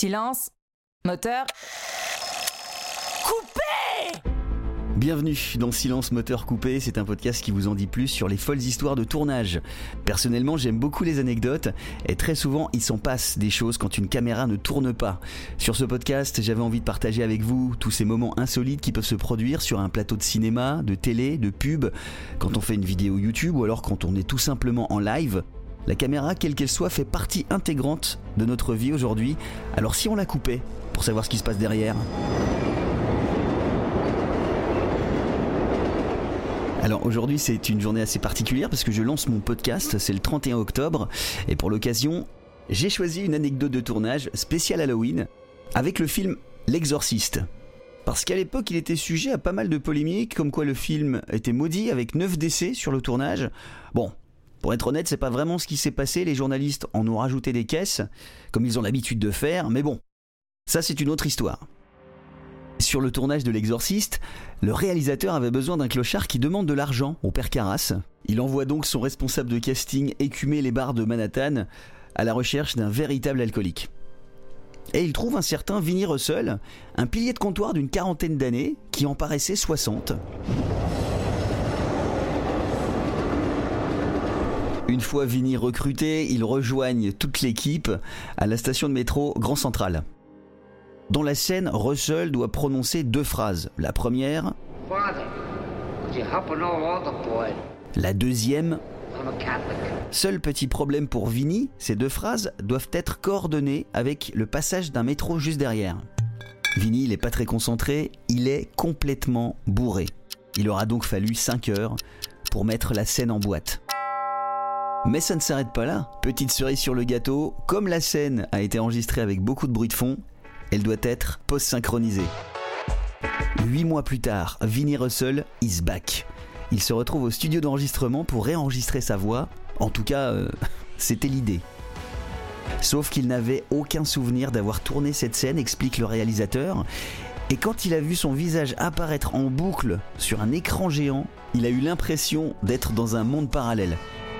Silence, moteur, coupé! Bienvenue dans Silence Moteur Coupé, c'est un podcast qui vous en dit plus sur les folles histoires de tournage. Personnellement, j'aime beaucoup les anecdotes et très souvent, il s'en passe des choses quand une caméra ne tourne pas. Sur ce podcast, j'avais envie de partager avec vous tous ces moments insolites qui peuvent se produire sur un plateau de cinéma, de télé, de pub, quand on fait une vidéo YouTube ou alors quand on est tout simplement en live. La caméra, quelle qu'elle soit, fait partie intégrante de notre vie aujourd'hui. Alors si on la coupait, pour savoir ce qui se passe derrière? Alors aujourd'hui c'est une journée assez particulière parce que je lance mon podcast, c'est le 31 octobre et pour l'occasion j'ai choisi une anecdote de tournage spéciale Halloween avec le film L'Exorciste. Parce qu'à l'époque il était sujet à pas mal de polémiques comme quoi le film était maudit avec 9 décès sur le tournage. Bon, pour être honnête c'est pas vraiment ce qui s'est passé, les journalistes en ont rajouté des caisses comme ils ont l'habitude de faire, mais bon, ça c'est une autre histoire. Sur le tournage de L'Exorciste, le réalisateur avait besoin d'un clochard qui demande de l'argent au père Carras. Il envoie donc son responsable de casting écumer les bars de Manhattan à la recherche d'un véritable alcoolique. Et il trouve un certain Vinnie Russell, un pilier de comptoir d'une quarantaine d'années qui en paraissait 60. Une fois Vinnie recruté, ils rejoignent toute l'équipe à la station de métro Grand Central. Dans la scène, Russell doit prononcer 2 phrases. La première, la deuxième. Seul petit problème pour Vinnie, ces 2 phrases doivent être coordonnées avec le passage d'un métro juste derrière. Vinnie, il n'est pas très concentré, il est complètement bourré. Il aura donc fallu 5 heures pour mettre la scène en boîte. Mais ça ne s'arrête pas là. Petite cerise sur le gâteau, comme la scène a été enregistrée avec beaucoup de bruit de fond, elle doit être post-synchronisée. 8 mois plus tard, Vinnie Russell is back. Il se retrouve au studio d'enregistrement pour réenregistrer sa voix. En tout cas, c'était l'idée. Sauf qu'il n'avait aucun souvenir d'avoir tourné cette scène, explique le réalisateur. Et quand il a vu son visage apparaître en boucle sur un écran géant, il a eu l'impression d'être dans un monde parallèle.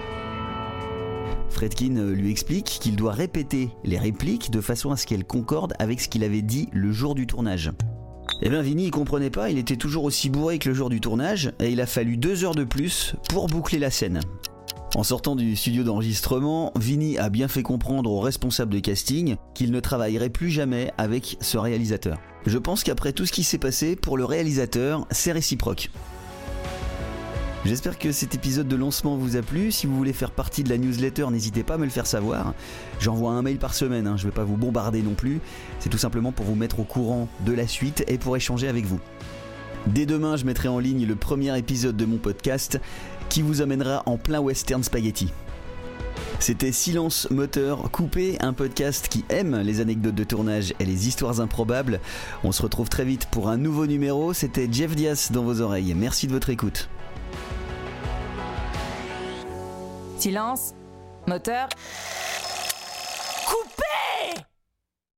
Friedkin lui explique qu'il doit répéter les répliques de façon à ce qu'elles concordent avec ce qu'il avait dit le jour du tournage. Eh bien Vinnie il comprenait pas, il était toujours aussi bourré que le jour du tournage et il a fallu 2 heures de plus pour boucler la scène. En sortant du studio d'enregistrement, Vinnie a bien fait comprendre au responsable de casting qu'il ne travaillerait plus jamais avec ce réalisateur. Je pense qu'après tout ce qui s'est passé, pour le réalisateur, c'est réciproque. J'espère que cet épisode de lancement vous a plu. Si vous voulez faire partie de la newsletter, n'hésitez pas à me le faire savoir. J'envoie un mail par semaine, je ne vais pas vous bombarder non plus. C'est tout simplement pour vous mettre au courant de la suite et pour échanger avec vous. Dès demain, je mettrai en ligne le premier épisode de mon podcast qui vous amènera en plein western spaghetti. C'était Silence Moteur Coupé, un podcast qui aime les anecdotes de tournage et les histoires improbables. On se retrouve très vite pour un nouveau numéro. C'était Jeff Diaz dans vos oreilles. Merci de votre écoute. Silence, moteur,